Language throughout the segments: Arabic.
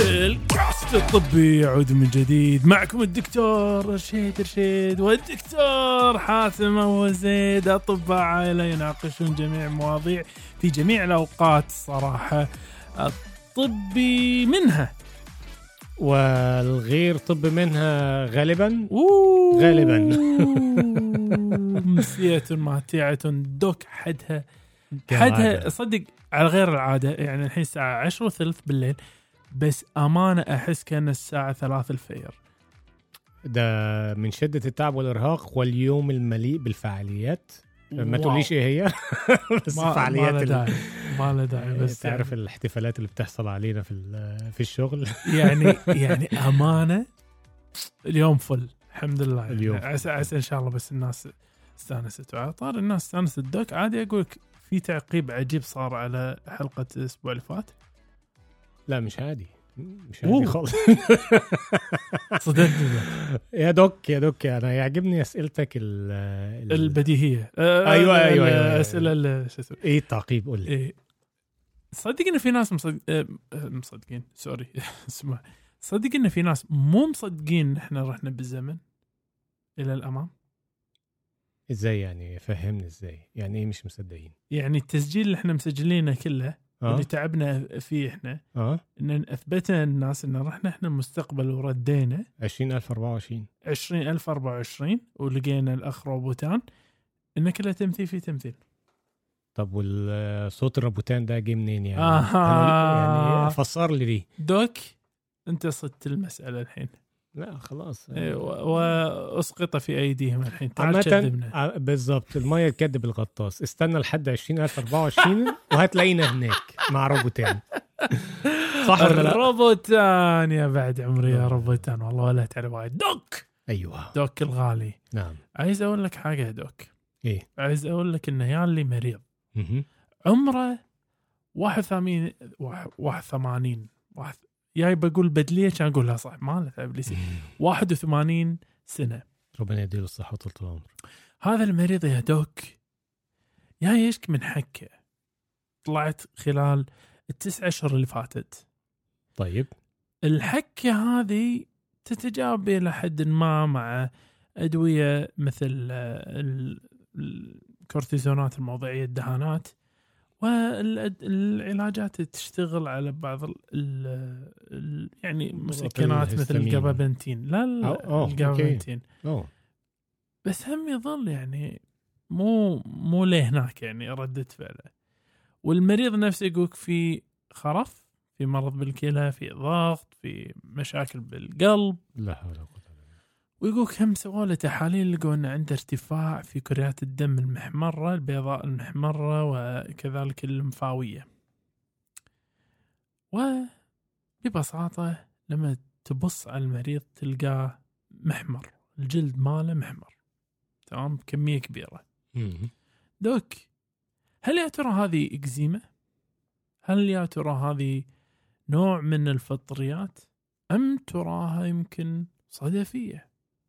الكاست الطبي يعود من جديد. معكم الدكتور رشيد والدكتور حاتم أبو زيد، أطباء عائلة يناقشون جميع المواضيع في جميع الأوقات صراحة، الطبي منها والغير طب منها غالبا مسية ماتعة دوك حدها صدق على غير العادة. يعني الحين الساعة 10:03 بالليل، بس أمانة أحس كأن الساعة 3 الفجر. ده من شدة التعب والإرهاق واليوم المليء بالفعاليات. ما تقوليش ايه هي بس فعاليات ما له داعي بس تعرف يعني الاحتفالات اللي بتحصل علينا في الشغل يعني أمانة اليوم فل الحمد لله. اليوم عسى إن شاء الله بس الناس استانست. طار الناس استانست الدوك عادي. أقولك في تعقيب عجيب صار على حلقة الأسبوع اللي فات. لا مش عادي خالص. صدقني يا دوك أنا يعجبني أسئلتك البديهية. أيوة أسئلة إيه التعقيب قول لي. إيه. صدق إن في ناس مصدقين سوري اسمع، صدق إن في ناس مو مصدقين إحنا رحنا بالزمن إلى الأمام. إزاي يعني؟ فهمني إزاي يعني إيه مش مصدقين؟ يعني التسجيل اللي إحنا مسجلينه كله اللي تعبنا فيه إحنا إن أثبتنا الناس إن رحنا إحنا المستقبل وردينا 20,024 ولقينا الأخ روبوتان إن كله تمثيل في تمثيل. طب والصوت الروبوتان ده جه منين يعني؟ يعني فسر لي دي دوك. أنت صدت المسألة الحين. لا خلاص وأسقط في أيديهم الحين. تعال كذبنا بالضبط. المية تكذب الغطاس. استنى لحد 20,024 وهتلاقينا هناك مع روبوتان. صح ولا لا؟ روبوتان يا بعد عمري يا روبوتان والله ولا تعرف وايد. دوك أيوة دوك الغالي. نعم. عايز أقول لك حاجة يا دوك. إيه؟ عايز أقول لك إنه يالي مريض عمره 81 ياي بقول بدلية كان أقولها صح ما له إبليسي 81 سنة. ربنا يديله الصحة وطول العمر. هذا المريض يا دوك ياي يشك من حكة طلعت خلال 9 أشهر اللي فاتت. طيب الحكة هذه تتجاوب إلى حد ما مع أدوية مثل الكورتيزونات الموضعية الدهانات، والعلاجات تشتغل على بعض يعني مسكنات مثل الجابابنتين. لا الجابابنتين بس هم يظل يعني مو لهناك يعني ردة فعله. والمريض نفسه يقولك في خرف، في مرض بالكلى، في ضغط، في مشاكل بالقلب. لا حول ولا قوة. ويقولك هم سووا له تحاليل لقوا أن عنده ارتفاع في كريات الدم المحمرة البيضاء المحمرة وكذلك الليمفاوية. وببساطة لما تبص على المريض تلقاه محمر، الجلد ماله محمر تمام بكمية كبيرة. دوك هل يا ترى هذه إكزيما؟ هل يا ترى هذه نوع من الفطريات أم تراها يمكن صدفية؟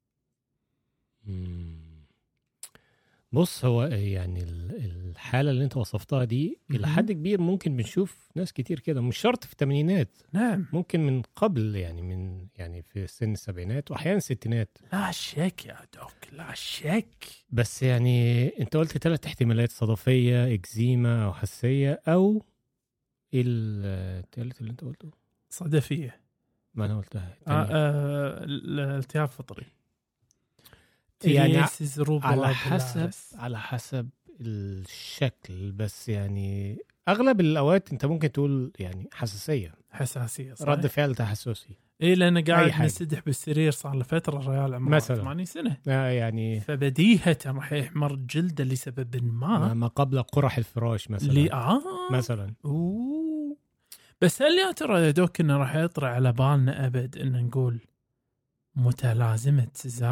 بص هو يعني الحالة اللي انت وصفتها دي إلى حد كبير ممكن بنشوف ناس كتير كده، مش شرط في الثمانينات. نعم ممكن من قبل يعني في سن السبعينات وأحيانا الستينات. لا شك يا دوك لا شك. بس يعني انت قلت 3 احتمالات: صدفية، إكزيما أو حساسية، أو الثالث اللي انت قلته صدفية. ما أنا قلتها الالتهاب فطري يعني على حسب الشكل. بس يعني أغلب الأوقات أنت ممكن تقول يعني حساسية صحيح. رد فعل تحسسي. إيه لأنه قاعد نسدح بالسرير صار لفترة الرجال عمره 80 سنة يعني فبديهة راح يحمر جلده لسبب ما قبل قرح الفراش مثلا مثلا. بس هل يا ترى يا دوك إنه راح يطرح على بالنا أبد إن نقول متلازمة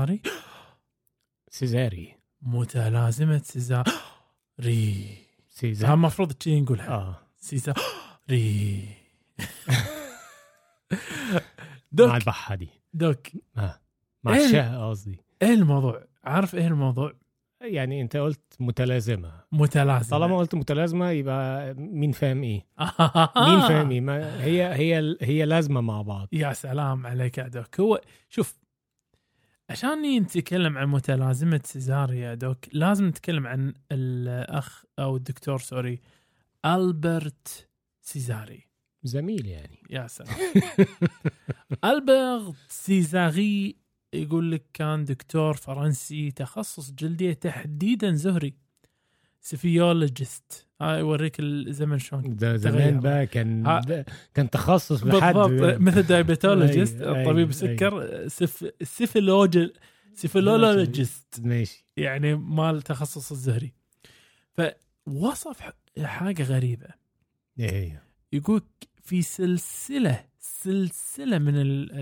سيزاري متلازمة سيزاري هم مفروض تشي نقولها سيزاري مع البحة دي دوك مع الشاه قصدي. ايه الموضوع؟ عارف ايه الموضوع؟ يعني انت قلت متلازمه. طالما قلت متلازمه يبقى مين فاهم ايه؟ مين فاهم ايه؟ ما هي لازمه مع بعض. يا سلام عليك يا دوك. هو شوف، عشان نتكلم عن متلازمه سيزاري يا دوك لازم نتكلم عن الاخ او الدكتور سوري ألبرت سيزاري، زميل يعني. يا سلام. ألبرت سيزاري يقول لك كان دكتور فرنسي تخصص جلدية تحديدا زهري، سفيولوجيست. هاي يوريك الزمن شلون ده زمان بقى كان تخصص لحد بالضبط مثل دايبيتولوجيست الطبيب السكر، سيفيلولوجيست ماشي، يعني مال تخصص الزهري. فوصف حاجة غريبة. ايه يقول في سلسلة من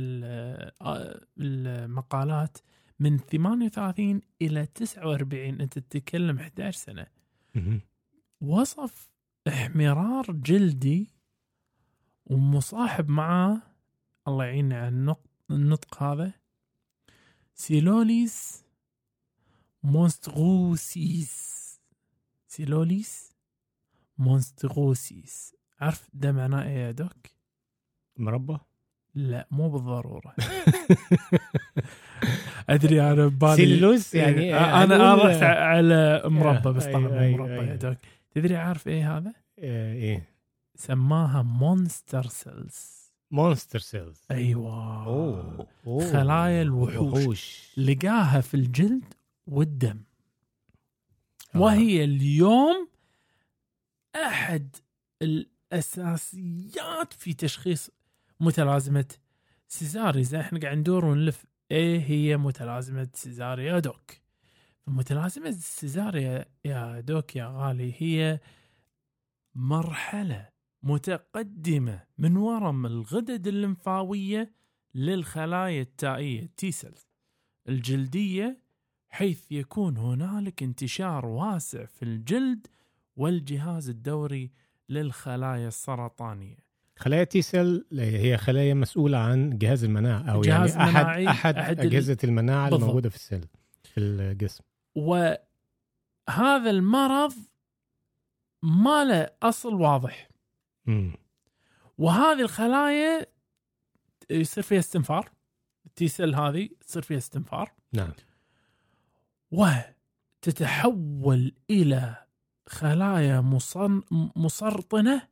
المقالات من 38 إلى 49، أنت تتكلم 11 سنة، وصف احمرار جلدي ومصاحب معاه، الله يعيننا على النطق هذا، سيلوليس مونستغوسيس. عارف ده معناه ايه يا دوك؟ مربى؟ لا مو بالضرورة. أدري أنا ببالي سيلوس يعني أنا رحت على مربى بس طبعا مو مربى يا دوك. تدري عارف إيه هذا؟ إيه سماها مونستر سيلز. أيوة. أوه. خلايا الوحوش لقاها في الجلد والدم. وهي اليوم أحد الأساسيات في تشخيص متلازمة سيزاري. زي احنا قاعد ندور ونلف ايه هي متلازمة سيزاري يا دوك. متلازمة سيزاري يا دوك يا غالي هي مرحلة متقدمة من ورم الغدد الليمفاوية للخلايا التائية تيسلز الجلدية، حيث يكون هنالك انتشار واسع في الجلد والجهاز الدوري للخلايا السرطانية. خلايا تي سيل هي خلايا مسؤولة عن جهاز المناعة أو جهاز يعني أحد أجهزة المناعة الموجودة في السيل في الجسم. وهذا المرض ما له أصل واضح. وهذه الخلايا يصير فيها استنفار، التي سيل هذه تصير فيها استنفار. نعم. وتتحول إلى خلايا مسرطنة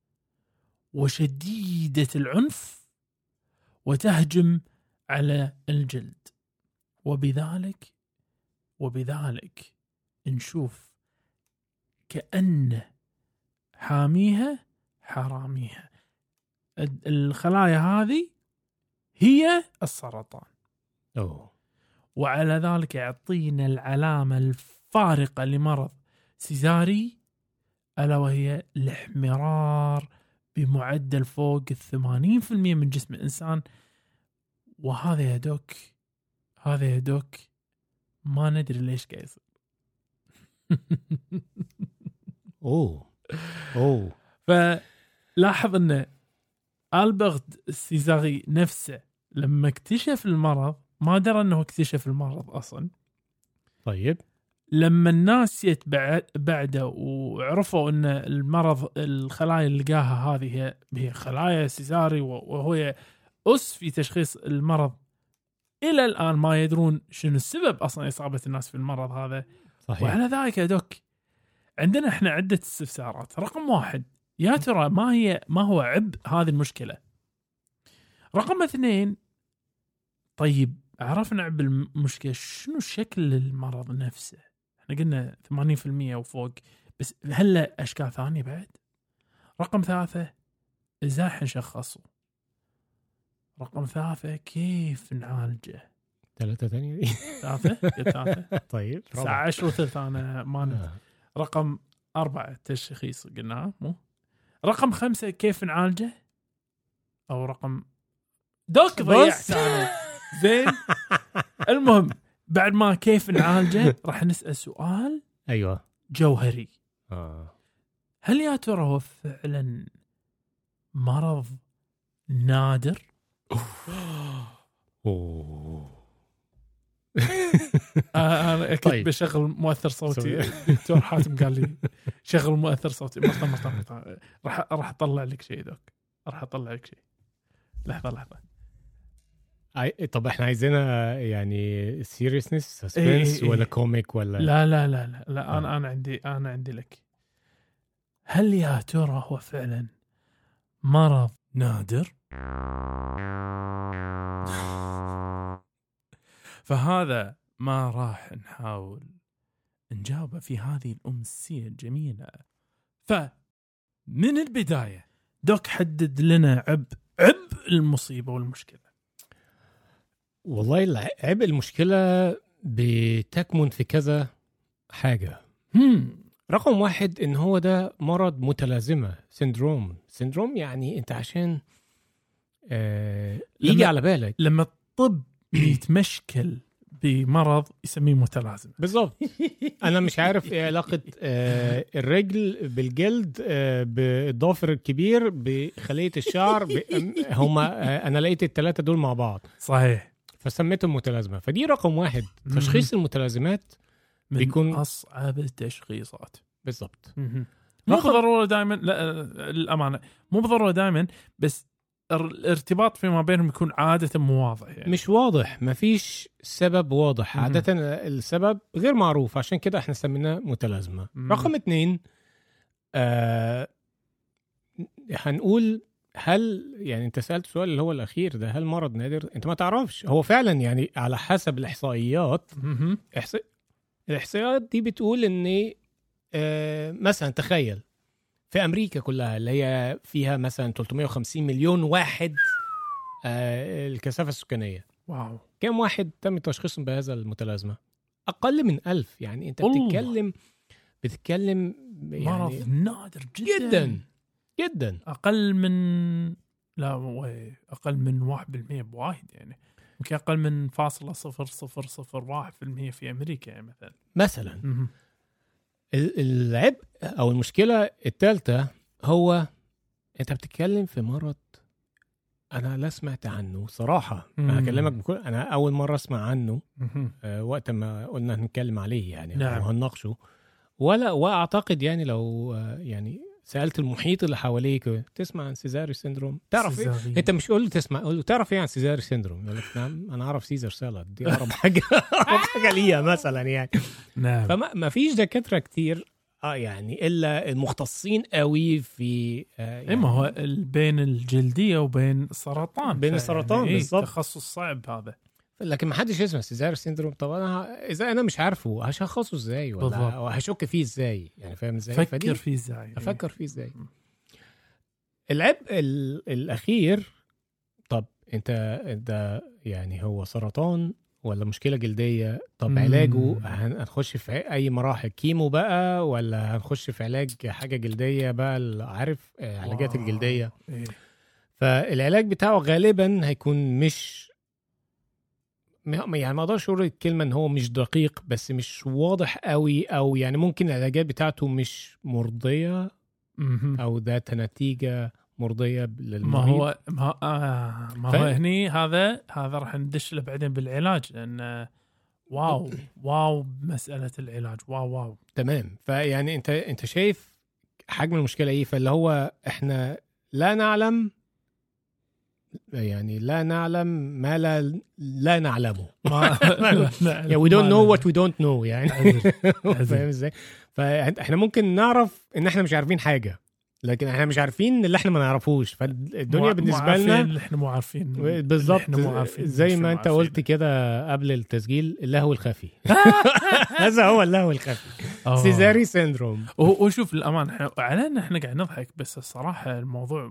وشديدة العنف وتهجم على الجلد، وبذلك نشوف كأن حاميها حراميها. الخلايا هذه هي السرطان. وعلى ذلك يعطينا العلامة الفارقة لمرض سيزاري، ألا وهي الاحمرار بمعدل فوق 80% من جسم الإنسان. وهذا يا دوك ما ندري ليش قاعد يصير. فلاحظ أن ألبرت سيزاري نفسه لما اكتشف المرض ما درى أنه اكتشف المرض أصلا. طيب لما الناس بعده وعرفوا أن المرض الخلايا اللي لقاها هذه هي خلايا سيزاري، وهو أس في تشخيص المرض، إلى الآن ما يدرون شنو السبب أصلا إصابة الناس في المرض هذا. صحيح. وعلى ذلك يا دوك عندنا إحنا عدة استفسارات. رقم 1، يا ترى ما هو عبء هذه المشكلة؟ رقم 2، طيب عرفنا عبء المشكلة، شنو شكل المرض نفسه؟ احنا قلنا 80% وفوق، بس هل له أشكال ثانية بعد؟ رقم 3، إزاي حنشخصه؟ رقم 4، كيف نعالجه؟ 3 ثانية 3 طيب 10:03 أنا ما رقم 4 تشخيص قلنا مو. رقم 5 كيف نعالجه؟ أو رقم دوك ضيعت أنا. زين المهم بعد ما كيف نعالجه راح نسأل سؤال أيوة جوهري. هل يا ترى هو فعلا مرض نادر؟ انا كنت طيب. بشغل مؤثر صوتي. دكتور حاتم قال لي شغل مؤثر صوتي. مرة راح اطلع لك شيء دوك، راح اطلع لك شيء. لحظة. طب احنا عايزينها يعني سيريسنس سسبنس إيه. ولا كوميك ولا لا انا عندي لك. هل يا ترى هو فعلا مرض نادر؟ فهذا ما راح نحاول نجاوبه في هذه الأمسية الجميلة. فمن البداية دوك حدد لنا عبء المصيبة والمشكلة. والله عبء المشكلة بتكمن في كذا حاجة. رقم 1 ان هو ده مرض متلازمة، سيندروم يعني انت عشان يجي على بالك لما الطب يتمشكل بمرض يسميه متلازم. بالضبط. انا مش عارف ايه علاقة الرجل بالجلد بالضافر الكبير بخلية الشعر هما انا لقيت الثلاثة دول مع بعض صحيح، فسميتهم متلازمة. فدي رقم 1. تشخيص المتلازمات من بيكون أصعب التشخيصات. بالضبط. مو بالضرورة دائما، لا الأمانة مو بالضرورة دائما، بس الارتباط فيما بينهم يكون عادة مو واضح يعني. مش واضح، ما فيش سبب واضح. عادة السبب غير معروف، عشان كده احنا سميناه متلازمة. رقم 2 هنقول هل يعني انت سألت سؤال اللي هو الأخير ده، هل مرض نادر؟ انت ما تعرفش. هو فعلا يعني على حسب الإحصائيات الإحصائيات دي بتقول ان مثلا تخيل في أمريكا كلها اللي هي فيها مثلا 350 مليون واحد الكثافة السكانية، واو، كم واحد تم تشخيصهم بهذا المتلازمة؟ أقل من 1000. يعني أنت بتتكلم يعني مرض نادر جدا جدا. أقل من 1% بواحد يعني، يمكن أقل من 0.0001% في أمريكا يعني مثلا. العبء أو المشكلة الثالثة هو أنت بتتكلم في مرض أنا لا سمعت عنه صراحة. أنا أكلمك بكل، أنا أول مرة أسمع عنه وقت ما قلنا هنتكلم عليه يعني. نعم. وهنناقشه وأعتقد يعني لو يعني سألت المحيط اللي حواليك تسمع عن سيزاري سيندروم، تعرف إيه؟ أنت مش قول له تسمع، قول له تعرف إيه عن سيزاري سيندروم؟ يقول لك نعم أنا أعرف سيزر سالاد، دي أقرب حاجة ليها مثلا يعني. نعم. فما فيش دكاترة كتير يعني إلا المختصين قوي في يعني ما هو بين الجلدية وبين السرطان، بين السرطان يعني بالضبط. تخصص صعب هذا، لكن ما حدش يسمع سيزاري سيندروم. طب اذا انا مش عارفه هشخصه ازاي ولا هشك فيه ازاي يعني؟ فاهم ازاي؟ افكر فيه ازاي. العبء الاخير، طب انت يعني هو سرطان ولا مشكله جلديه؟ طب علاجه هنخش في اي مراحل؟ كيمو بقى ولا هنخش في علاج حاجه جلديه بقى؟ عارف علاجات الجلديه فالعلاج بتاعه غالبا هيكون مش يعني ما اقدرش اقول الكلمه ان هو مش دقيق، بس مش واضح قوي، او يعني ممكن العلاجات بتاعته مش مرضيه او ذات نتيجه مرضيه للمريض. ما هو هني هذا راح ندش له بعدين بالعلاج، لان واو مساله العلاج واو تمام. فيعني انت شايف حجم المشكله ايه؟ فاللي هو احنا لا نعلم ما لا نعلمه. we don't know what we don't know يعني. فاهم ازاي؟ فاحنا ممكن نعرف ان احنا مش عارفين حاجة، لكن احنا مش عارفين اللي احنا ما نعرفوش. فالدنيا بالنسبة لنا اللي احنا مو عارفين بالضبط، زي ما انت قلت كده قبل التسجيل، اللهو الخفي. هذا هو اللهو الخفي، سيزاري سيندروم. وشوف الأمان علينا احنا قاعد نضحك، بس الصراحة الموضوع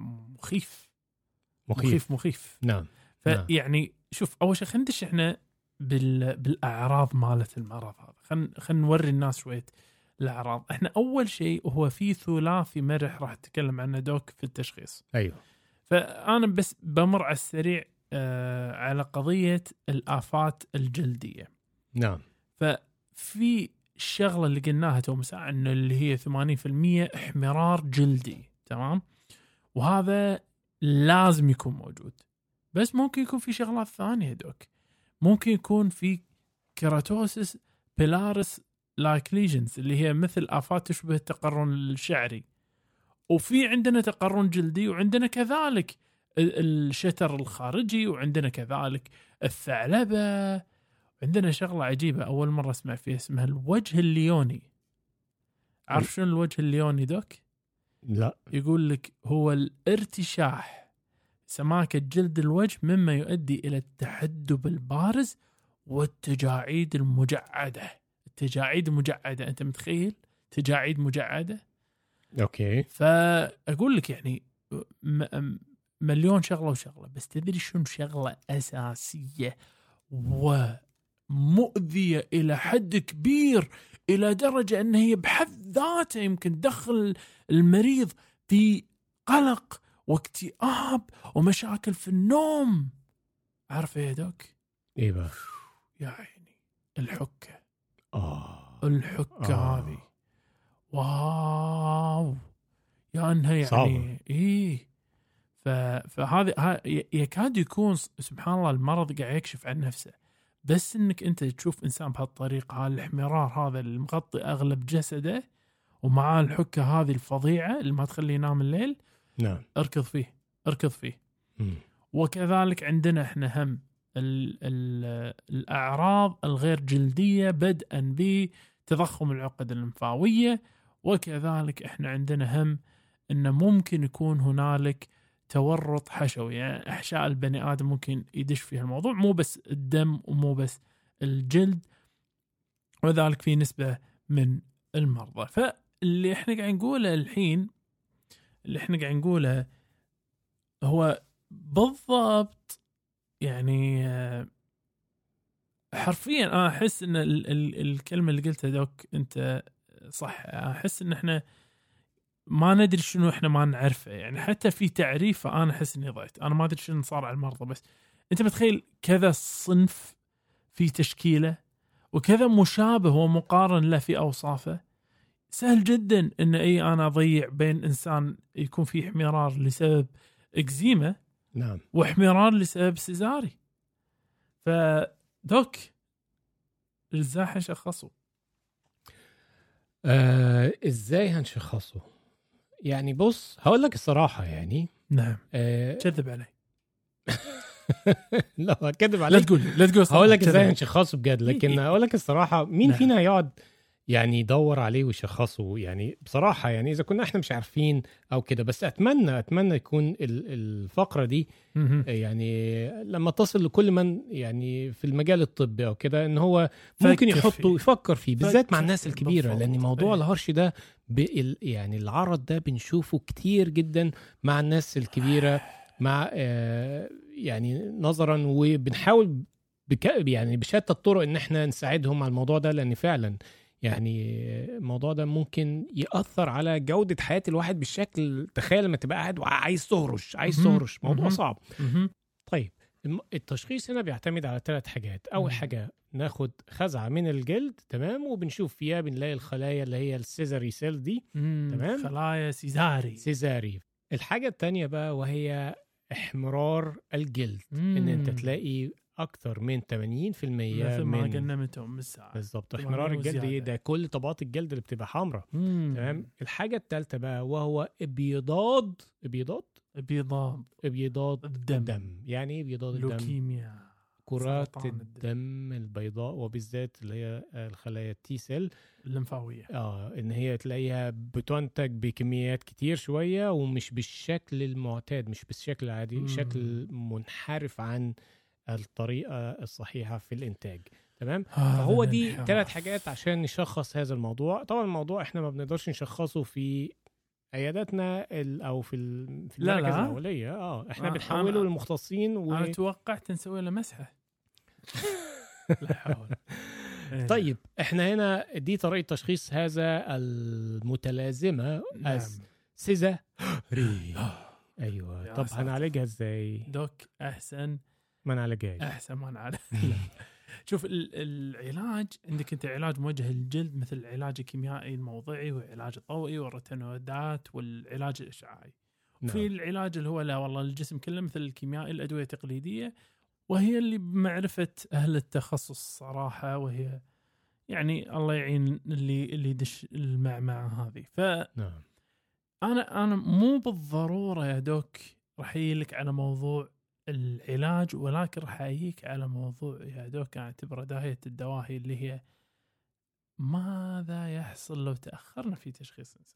مخيف. نعم. فيعني شوف، أول شيء خلينا ندش احنا بالأعراض مالت المرض هذا. خلينا نوري الناس شوية الأعراض. احنا أول شيء هو في ثلاثي مرح راح أتكلم عنه دوك في التشخيص. أيوه. فأنا بس بمر على السريع على قضية الآفات الجلدية. نعم. ففي الشغلة اللي قلناها تو مساء إنه اللي هي 80% احمرار جلدي، تمام؟ وهذا لازم يكون موجود، بس ممكن يكون في شغلات ثانية دوك. ممكن يكون في كيراتوسيس بيلاريس لايك ليجنز اللي هي مثل آفات تشبه التقرن الشعري. وفي عندنا تقرن جلدي، وعندنا كذلك الشتر الخارجي، وعندنا كذلك الثعلبة. عندنا شغلة عجيبة أول مرة اسمع فيها اسمها الوجه الليوني. عارف شنو الوجه الليوني دوك؟ لا. يقول لك هو الارتشاح سماكة جلد الوجه مما يؤدي إلى التحدب البارز والتجاعيد المجعدة. التجاعيد المجعدة، أنت متخيل تجاعيد مجعدة؟ أوكي. فأقول لك يعني مليون شغلة وشغلة، بس تدري شنو شغلة أساسية ومؤذية إلى حد كبير، إلى درجة أنها هي بحد ذاتها يمكن تدخل المريض في قلق واكتئاب ومشاكل في النوم. عارف ايه دوك؟ ايه بقى؟ يا عيني الحكة. الحكة هذه واو يا انها يعني صعبة. ايه. فهذا يكاد يكون سبحان الله المرض قاعد يكشف عن نفسه. بس انك انت تشوف انسان بهالطريقة، الاحمرار هذا اللي مغطي اغلب جسده ومعاه الحكة هذه الفظيعة اللي ما تخليه ينام الليل، نعم اركض فيه. وكذلك عندنا احنا هم الأعراض الغير جلدية بدءا بتضخم العقد الليمفاوية، وكذلك احنا عندنا هم انه ممكن يكون هنالك تورط حشوي، يعني احشاء البني ادم ممكن يدش فيها الموضوع، مو بس الدم ومو بس الجلد، وذلك في نسبة من المرضى. فاللي احنا قاعد نقوله الحين، اللي احنا قاعد نقوله هو بالضبط يعني حرفيا انا احس ان الكلمه اللي قلتها دوك انت صح. احس ان احنا ما ندري شنو، احنا ما نعرفه، يعني حتى في تعريفه انا احس اني ضيت، انا ما ادري شنو صار على المرضى. بس انت متخيل كذا صنف في تشكيله وكذا مشابه ومقارن له في اوصافه. سهل جدا ان انا اضيع بين انسان يكون فيه احمرار لسبب اكزيما، نعم، واحمرار لسبب سيزاري. فدوك ازاي حنشخصه؟ ازاي هنشخصه؟ يعني بص هقول لك الصراحة يعني نعم. كذب علي. لا كذب عليك. لا تقول هقول لك ازاي هنشخصه بجد، لكن إيه. هقول لك الصراحة مين نعم. فينا يقعد يعني يدور عليه ويشخصه؟ يعني بصراحة يعني إذا كنا إحنا مش عارفين أو كده. بس أتمنى يكون الفقرة دي يعني لما تصل لكل من يعني في المجال الطبي أو كده، إن هو ممكن يفكر فيه بالذات مع الناس الكبيرة، لأن موضوع الهرش ده يعني العرض ده بنشوفه كتير جدا مع الناس الكبيرة، مع يعني نظرا، وبنحاول يعني بشتى الطرق إن إحنا نساعدهم على الموضوع ده، لأن فعلا يعني الموضوع ده ممكن يأثر على جودة حياة الواحد بالشكل. تخيل لما تبقى قاعد وعايز تهرش موضوع صعب. طيب التشخيص هنا بيعتمد على 3 حاجات. أول حاجة ناخد خزعة من الجلد، تمام، وبنشوف فيها بنلاقي الخلايا اللي هي السيزاري سيل دي، تمام، خلايا سيزاري. الحاجة التانية بقى وهي احمرار الجلد، ان انت تلاقي اكتر من 80% مثل ما قلنا من الساعة بالضبط. احمرار الجلد ده كل طبقات الجلد اللي بتبقى حمراء، تمام. الحاجة الثالثة بقى وهو ابيضاد الدم. يعني ابيضاد الدم، لوكيميا، كرات الدم البيضاء، وبالذات اللي هي الخلايا التي سيل الليمفاوية، ان هي تلاقيها بتنتج بكميات كتير شوية ومش بالشكل المعتاد، مش بالشكل العادي، شكل منحرف عن الطريقة الصحيحة في الإنتاج، تمام. فهو دي 3 حاجات عشان نشخص هذا الموضوع. طبعا الموضوع احنا ما بنقدرش نشخصه في عياداتنا او في المراكز الأولية. احنا بنحوله للمختصين انا توقعت نسوي له مسحة. لا حول. طيب احنا هنا دي طريقة تشخيص هذا المتلازمة سيزاري. ايوه. طب هنعالجها ازاي دوك؟ احسن ما نعالجها. شوف العلاج عندك انت علاج موجه للجلد مثل العلاج الكيميائي الموضعي والعلاج الضوئي والريتينويدات والعلاج الاشعاعي. في العلاج اللي هو لا والله الجسم كله مثل الكيميائي الادويه التقليديه وهي اللي بمعرفة أهل التخصص صراحة، وهي يعني الله يعين اللي يدش المعمعة هذه. نعم. أنا مو بالضرورة يا دوك راح يجيلك على موضوع العلاج، ولكن راح أجيك على موضوع يا دوك أعتبره داهية الدواهي، اللي هي ماذا يحصل لو تأخرنا في تشخيص إنسان.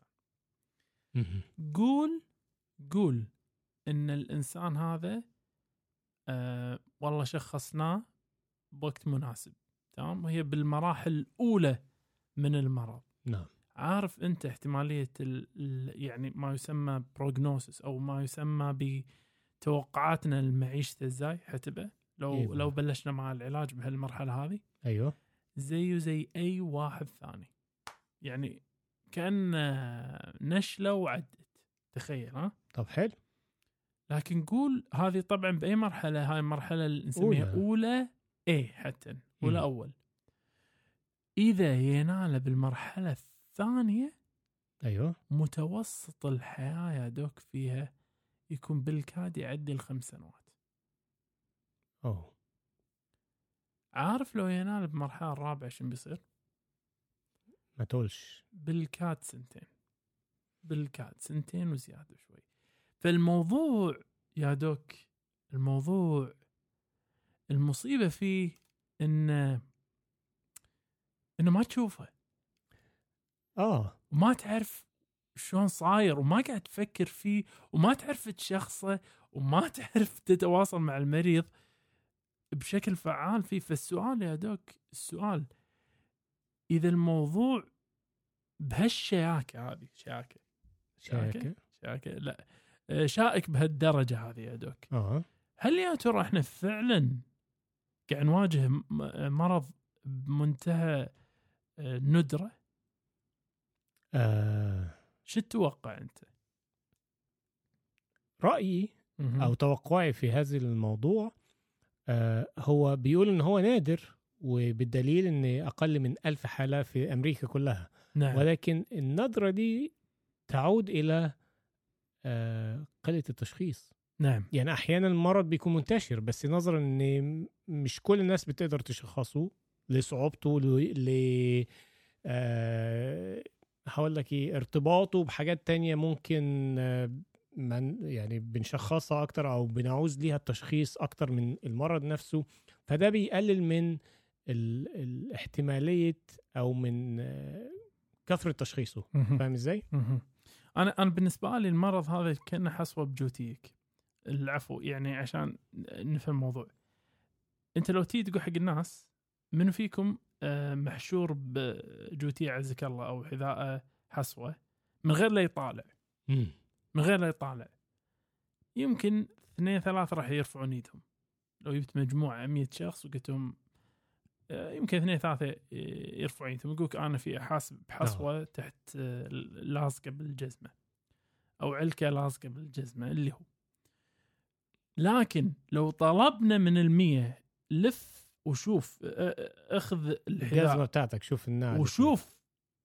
قول إن الإنسان هذا والله شخصناه بوقت مناسب، تمام، وهي بالمراحل الأولى من المرض. نعم. عارف أنت احتمالية يعني ما يسمى بروجنوسيس أو ما يسمى بتوقعاتنا لمعيشته إزاي حتبقى لو بلشنا مع العلاج بهالمرحلة هذه. أيوه. زي أي واحد ثاني، يعني كأن نشلة وعدت، تخيل. ها طب حلو. لكن قول هذه طبعا بأي مرحلة، هاي المرحلة اللي نسميها أولى حتى أولى أول. إذا ينال بالمرحلة الثانية، أيوه، متوسط الحياة يا دوك فيها يكون بالكاد يعدي 5 سنوات. عارف لو ينال بمرحلة الرابعة شو بيصير؟ ما تقولش. بالكاد 2 بالكاد 2 وزيادة شوي. فالموضوع يا دوك، الموضوع المصيبة فيه إنه ما تشوفه، وما تعرف شلون صاير، وما قاعد تفكر فيه، وما تعرف تشخصه، وما تعرف تتواصل مع المريض بشكل فعال فيه. فالسؤال يا دوك، السؤال إذا الموضوع بهالشياكة هذه، شاكة لا شائك بهالدرجة هذه يا دوك، هل يا ترى احنا فعلا قاعد نواجه مرض بمنتهى ندرة؟ شو تتوقع انت؟ رأيي او توقعي في هذا الموضوع هو بيقول ان هو نادر، وبالدليل ان اقل من 1000 حالة في امريكا كلها. نعم. ولكن الندرة دي تعود الى قلة التشخيص. نعم. يعني احيانا المرض بيكون منتشر، بس نظرا ان مش كل الناس بتقدر تشخصه لصعوبته، هقول لك ارتباطه بحاجات تانية ممكن يعني بنشخصها اكتر او بنعوز ليها التشخيص اكتر من المرض نفسه. فده بيقلل من الاحتمالية او من كثرة تشخيصه. فاهم ازاي؟ انا بالنسبة لي المرض هذا كأنه حصوة بجوتيك. العفو، يعني عشان نفهم الموضوع، انت لو تيجي تقول حق الناس من فيكم محشور بجوتيه عزك الله او حذاء حصوة، من غير لا يطالع، من غير لا يطالع، يمكن 2-3 راح يرفعون ايدهم. لو جبت مجموعة 100 شخص وقلتهم يمكن 2-3 يرفعون ايدهم، يقولك انا في حاسب بحصوة تحت لاصقة بالجزمة او علكة لاصقة بالجزمة اللي هو. لكن لو طلبنا من 100 لف وشوف، اخذ الجزمة بتاعتك، شوف النعل وشوف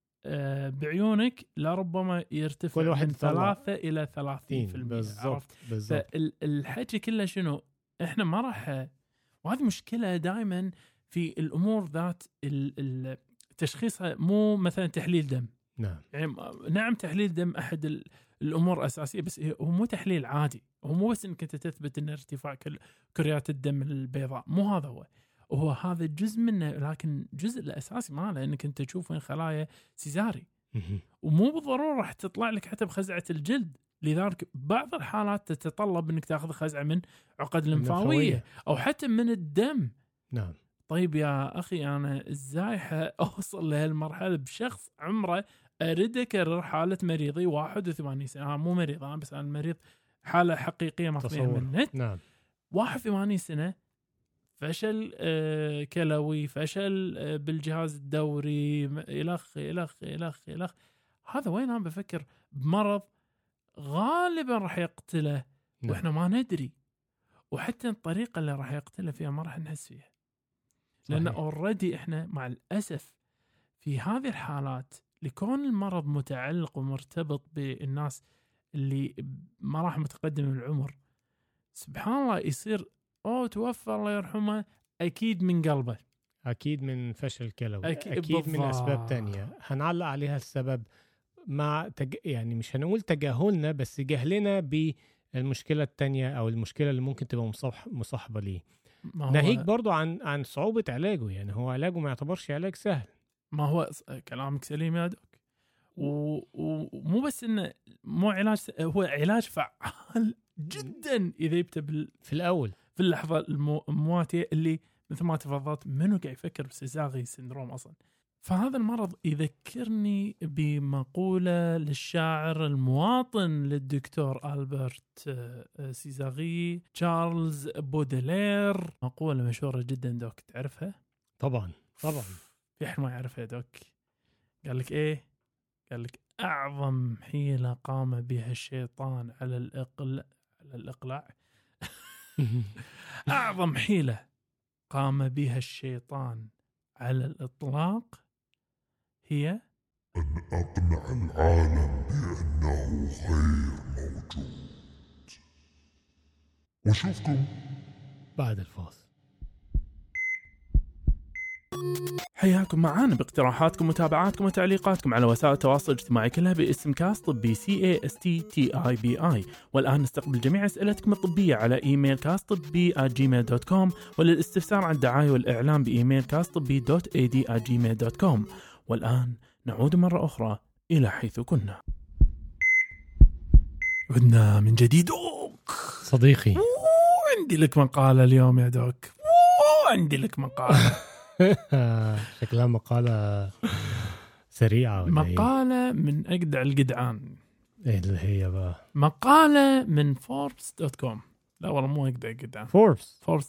بعيونك، لربما يرتفع كل واحد من 3 إلى 30%. بالضبط. فالحكي كله شنو؟ احنا ما راح، وهذه مشكلة دائما في الأمور ذات تشخيصها، مو مثلا تحليل دم. يعني نعم تحليل دم أحد الأمور الأساسية، بس هو مو تحليل عادي. هو مو بس إنك تثبت إن ارتفاع كريات الدم البيضاء، مو هذا هو هذا جزء منه، لكن الجزء الأساسي ماله إنك أنت تشوف وين خلايا سيزاري، ومو بالضرورة راح تطلع لك حتى بخزعة الجلد. لذلك بعض الحالات تتطلب إنك تأخذ خزعة من عقد لمفاوية أو حتى من الدم. نعم. طيب يا أخي، أنا إزاي أوصل لهالمرحلة بشخص عمره، أريد أكرر حالة مريضي 81 سنة، مو مريض أنا، بس أنا مريض حالة حقيقية مطبيعة من النت. نعم. 81 سنة، فشل كلوي، فشل بالجهاز الدوري، إلخ. هذا وين أنا بفكر بمرض غالبا راح يقتله وإحنا ما ندري، وحتى الطريقة اللي راح يقتله فيها ما راح نحس فيها. لأن أوريدي إحنا مع الأسف في هذه الحالات، لكون المرض متعلق ومرتبط بالناس اللي مراحل متقدمة من العمر، سبحان الله يصير توفى الله يرحمه، أكيد من قلبه، أكيد من فشل كلوي، أكيد من أسباب تانية هنعلق عليها السبب مع يعني مش هنقول تجاهلنا، بس جهلنا بالمشكلة التانية أو المشكلة اللي ممكن تبقى مصاحبة ليه. ناهيك برضو عن صعوبة علاجه، يعني هو علاجه ما يعتبرش علاج سهل. ما هو كلامك سليم يا دوك، ومو بس إنه مو علاج، هو علاج فعال جدا إذا يبتى في الأول في اللحظة المواتية اللي مثل ما تفضلت منو قاعد يفكر بسيزاغي سيندروم أصلا. فهذا المرض يذكرني بمقولة للشاعر المواطن للدكتور ألبرت سيزاغي، تشارلز بودلير، مقولة مشهورة جدا دوك، تعرفها؟ طبعا في أحد ما يعرفها دوك. قال لك إيه؟ قال لك أعظم حيلة قام بها الشيطان على الإقلاع أعظم حيلة قام بها الشيطان على الإطلاق هي أن أقنع العالم بأنه غير موجود. وشوفكم بعد الفاصل. حياكم معانا باقتراحاتكم ومتابعاتكم وتعليقاتكم على وسائل التواصل الاجتماعي كلها باسم كاست طبي CASTTIBI. والآن نستقبل جميع أسئلتكم الطبية على إيميل castطبي@gmail.com، وللاستفسار عن الدعاية والإعلام بإيميل castطبي.ad@gmail.com. والآن نعود مرة أخرى إلى حيث كنا. عدنا من جديد. صديقي عندي لك مقالة اليوم يا دوك، عندي لك مقالة شكلها مقالة سريعة، مقالة من أجدع الجدعان. إيه اللي هي بقى؟ مقالة من Forbes.com. لا والله مو أجدع الجدعان، Forbes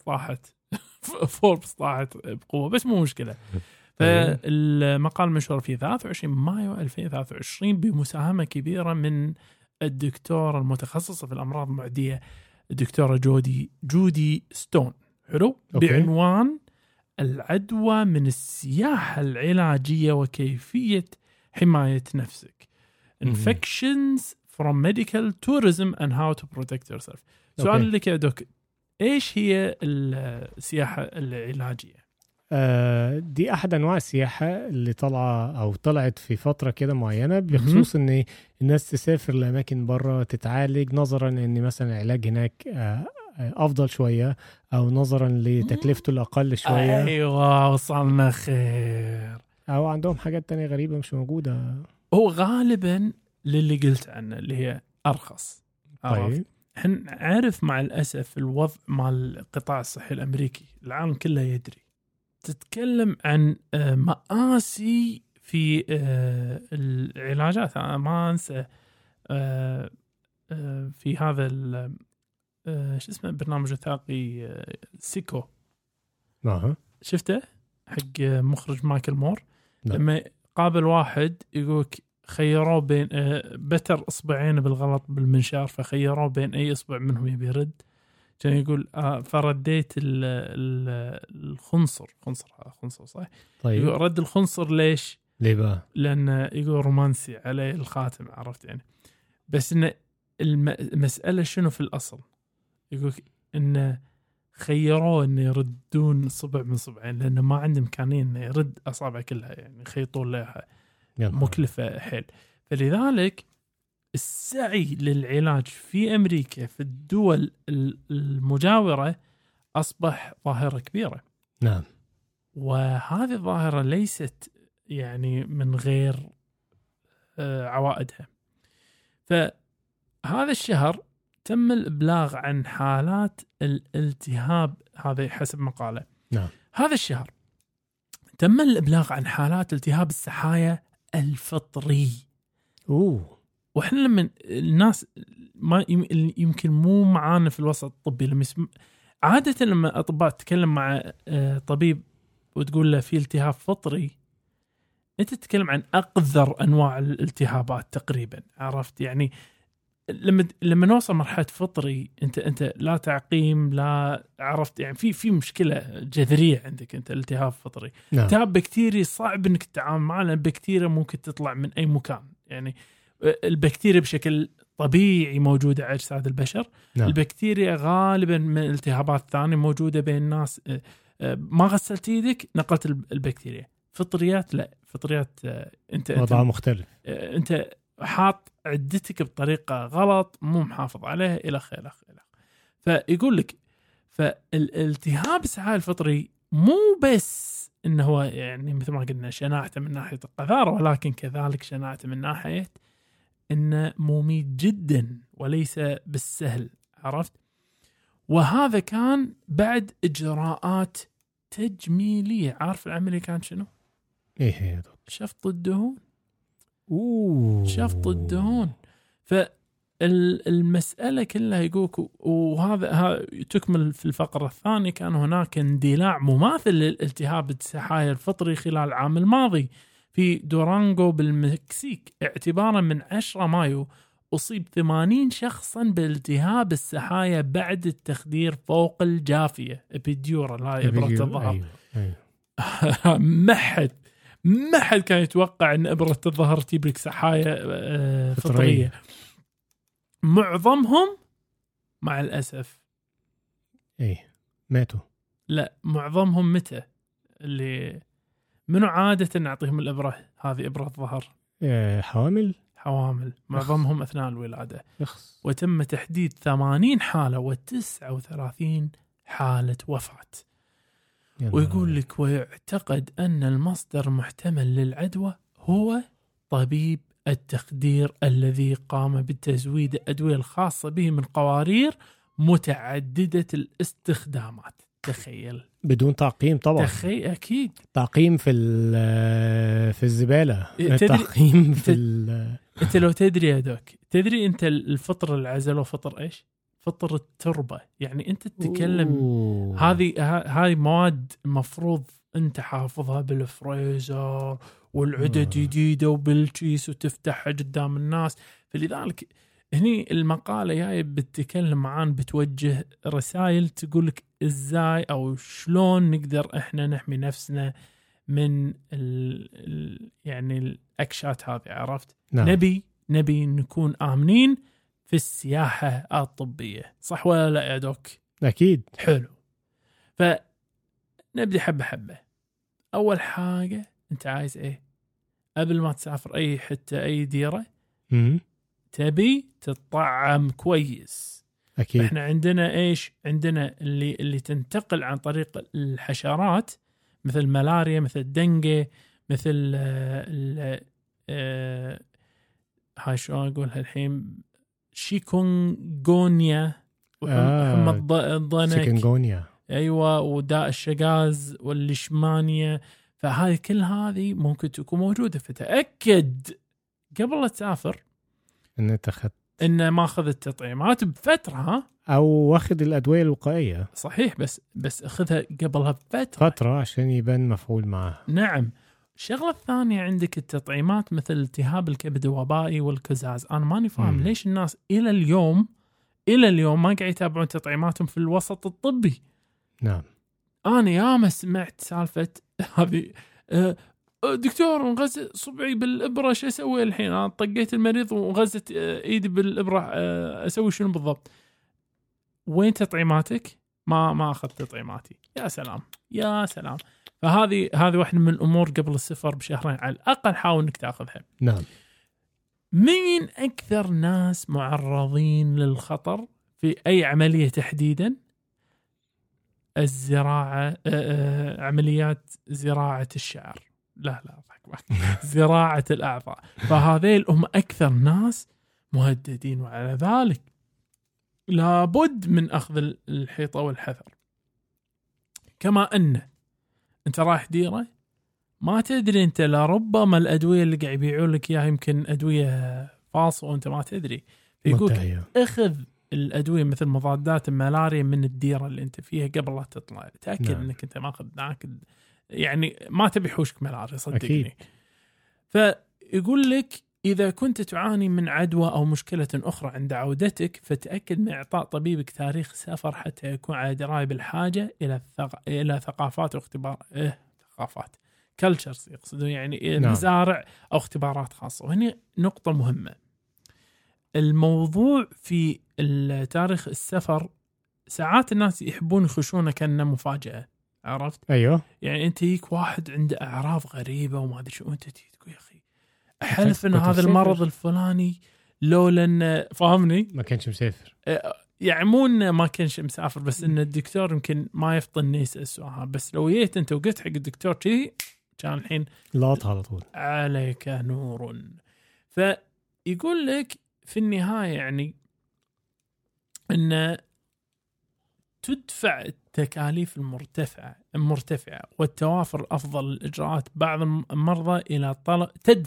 طاحت بقوة، بس مو مشكلة. فالمقال مشهور في 23 مايو 2023 بمساهمة كبيرة من الدكتورة المتخصصة في الأمراض المعدية الدكتورة جودي ستون. حلو. بعنوان العدوى من السياحة العلاجية وكيفية حماية نفسك. Infections from medical tourism and how to protect yourself. سؤال لك يا دوك، إيش هي السياحة العلاجية؟ دي أحد أنواع السياحة اللي طلعت في فترة كده معينة، بخصوص إن الناس تسافر لأماكن برا تتعالج، نظرا إن مثلا العلاج هناك أفضل شوية، أو نظرا لتكلفته الأقل شوية. أيوة وصلنا خير. أو عندهم حاجات تانية غريبة مش موجودة. هو غالبا للي قلت عنه اللي هي أرخص. طيب حن عارف مع الأسف الوضع مع القطاع الصحي الأمريكي العالم كله يدري، تتكلم عن مآسي في العلاجات. أنا ما أنسى في هذا شو اسمه برنامج وثائقي سيكو، شفته حق مخرج مايكل مور. لما قابل واحد يقولك خيروه بين بتر إصبعين بالغلط بالمنشار، فخيروه بين أي إصبع منهم يبي يرد. كان يقول فرديت الخنصر صح؟ طيب يقول رد الخنصر ليش؟ ليه بقى؟ لأن يقول رومانسي عليه الخاتم، عرفت يعني. بس إن المسألة شنو في الأصل؟ يقول إن خيروه إنه يردون صبع من صبعين، لأنه ما عنده إمكانية إنه يرد أصابع كلها، يعني خيطون لها مكلفة حيل. فلذلك السعي للعلاج في أمريكا في الدول المجاورة أصبح ظاهرة كبيرة. نعم. وهذه الظاهرة ليست يعني من غير عوائدها. فهذا الشهر تم الإبلاغ عن حالات الالتهاب، هذا حسب مقالة. نعم. هذا الشهر تم الإبلاغ عن حالات التهاب السحايا الفطري. وإحنا لما الناس ما يمكن مو معانا في الوسط الطبي، لما عادة لما أطباء تتكلم مع طبيب وتقول له في التهاب فطري، أنت تتكلم عن أقذر أنواع الالتهابات تقريبا، عرفت يعني. لما نوصل مرحلة فطري أنت لا تعقيم، لا عرفت يعني في مشكلة جذرية عندك أنت التهاب فطري. نعم. التهاب بكتيري صعب إنك تتعامل معه، لأن البكتيريا ممكن تطلع من أي مكان، يعني البكتيريا بشكل طبيعي موجودة على أجساد البشر. نعم. البكتيريا غالبا من التهابات ثانية موجودة بين الناس. ما غسلت ايدك نقلت البكتيريا. فطريات لا، فطريات انت وضع مختلف، انت حاط عدتك بطريقة غلط، مو محافظ عليها الى خير. فيقول لك فالالتهاب السحائي الفطري مو بس انه هو يعني مثل ما قلنا شناعته من ناحية القذارة، ولكن كذلك شناعته من ناحية انه مميت جدا وليس بالسهل، عرفت؟ وهذا كان بعد اجراءات تجميلية. عارف العملية كانت شنو؟ ايه هي دكتور؟ شفط الدهون. اوه شفط الدهون. فالمسألة كلها يقولك، وهذا تكمل في الفقرة الثانية، كان هناك اندلاع مماثل للالتهاب السحائي الفطري خلال العام الماضي في دورانغو بالمكسيك. اعتبارا من 10 مايو أصيب 80 شخصا بالتهاب السحايا بعد التخدير فوق الجافية إبيديورال، هاي إبرة الظهر. أيوه. ما حد كان يتوقع أن إبرة الظهر تجيب لك سحايا فطرية. معظمهم مع الأسف ماتوا. لا، معظمهم متى اللي منو عادة نعطيهم الإبرة هذه إبرة الظهر؟ حوامل معظمهم أثناء الولادة. وتم تحديد 80 حالة و39 حالة وفاة. ويقول لك ويعتقد أن المصدر المحتمل للعدوى هو طبيب التخدير الذي قام بتزويد الأدوية الخاصة به من قوارير متعددة الاستخدامات. تخيل، بدون تعقيم طبعا. أكيد تعقيم في الزبالة. تعقيم في أنت لو تدري يا دوك، تدري أنت الفطر العزل فطر إيش؟ فطر التربة. يعني أنت تتكلم هذه مواد مفروض أنت حافظها بالفريزر والعدد جديدة وبالكيس وتفتحها قدام الناس. فلذلك هني المقالة جاي بتتكلم عن بتوجه رسائل تقولك إزاي أو شلون نقدر إحنا نحمي نفسنا من يعني الأكشات هذه، عرفت؟ نعم. نبي نكون آمنين في السياحة الطبية، صح ولا لا يا دوك؟ أكيد. حلو. فنبدأ حبة حبة. أول حاجة أنت عايز إيه؟ قبل ما تسافر أي حتة أي ديرة تبي تطعم كويس. أكيد. إحنا عندنا إيش؟ عندنا اللي تنتقل عن طريق الحشرات، مثل الملاريا، مثل الدنجة، مثل هاي شو أقولها الحين، شيكونغونيا وحمى الضنك. شيكونغونيا. أيوة، وداء الشجاز والليشمانيا. فهذه كل هذه ممكن تكون موجودة. فتأكد قبل لا تسافر إن ما أخذ التطعيمات بفترة، أو واخد الأدوية الوقائية. صحيح، بس أخذها قبلها بفترة عشان يبان مفعول معها. نعم. الشغلة الثانية عندك التطعيمات مثل التهاب الكبد الوبائي والكزاز. أنا ماني فاهم ليش الناس إلى اليوم ما قاعد يتابعون تطعيماتهم في الوسط الطبي. نعم. أنا ياما سمعت سالفة هذه، دكتور انغز صبعي بالإبرة، شو أسوي الحين؟ أنا طقيت المريض وغزت إيدي بالإبرة، أسوي شنو بالضبط؟ وين تطعيماتك؟ ما أخذت تطعيماتي. يا سلام. فهذه واحدة من الأمور قبل السفر بشهرين على الأقل حاول إنك تأخذها. نعم. مين أكثر ناس معرضين للخطر في أي عملية تحديدا؟ الزراعة، عمليات زراعة الشعر. لا زراعة الأعضاء. فهذيل هم أكثر ناس مهددين، وعلى ذلك لابد من أخذ الحيطة والحذر. كما أن أنت رايح ديرة ما تدري أنت، لربما الأدوية اللي قاعد يبيعون لك إياها يمكن أدوية فاصلة وأنت ما تدري. يقول أخذ الأدوية مثل مضادات الملاريا من الديرة اللي أنت فيها قبل لا تطلع. تأكد أنك أنت ما أخذ يعني ما تبي حوشك ملاريا، صدقني. فيقول لك إذا كنت تعاني من عدوى أو مشكلة أخرى عند عودتك، فتأكد من إعطاء طبيبك تاريخ سفر حتى يكون على دراية بالحاجة إلى ثقافات واختبار ثقافات كلتشرز يقصدون، يعني مزارع أو اختبارات خاصة. وهنا نقطة مهمة. الموضوع في تاريخ السفر ساعات الناس يحبون يخشونه كأنه مفاجأة، عرفت؟ ايوه يعني انت يجيك واحد عنده اعراض غريبه وما ادري شو، انت تقول يا اخي احلف ان هذا المرض الفلاني لولا ان فاهمني ما كانش مسافر، يعني مو انه ما كانش مسافر، بس ان الدكتور يمكن ما يفطن يسال السؤال. بس لو جيت انت وقلت حق الدكتور كذي كان الحين لاط على طول عليك نور. فيقول لك في النهايه يعني ان تدفع التكاليف المرتفعة والتوافر أفضل الإجراءات بعض المرضى إلى طلب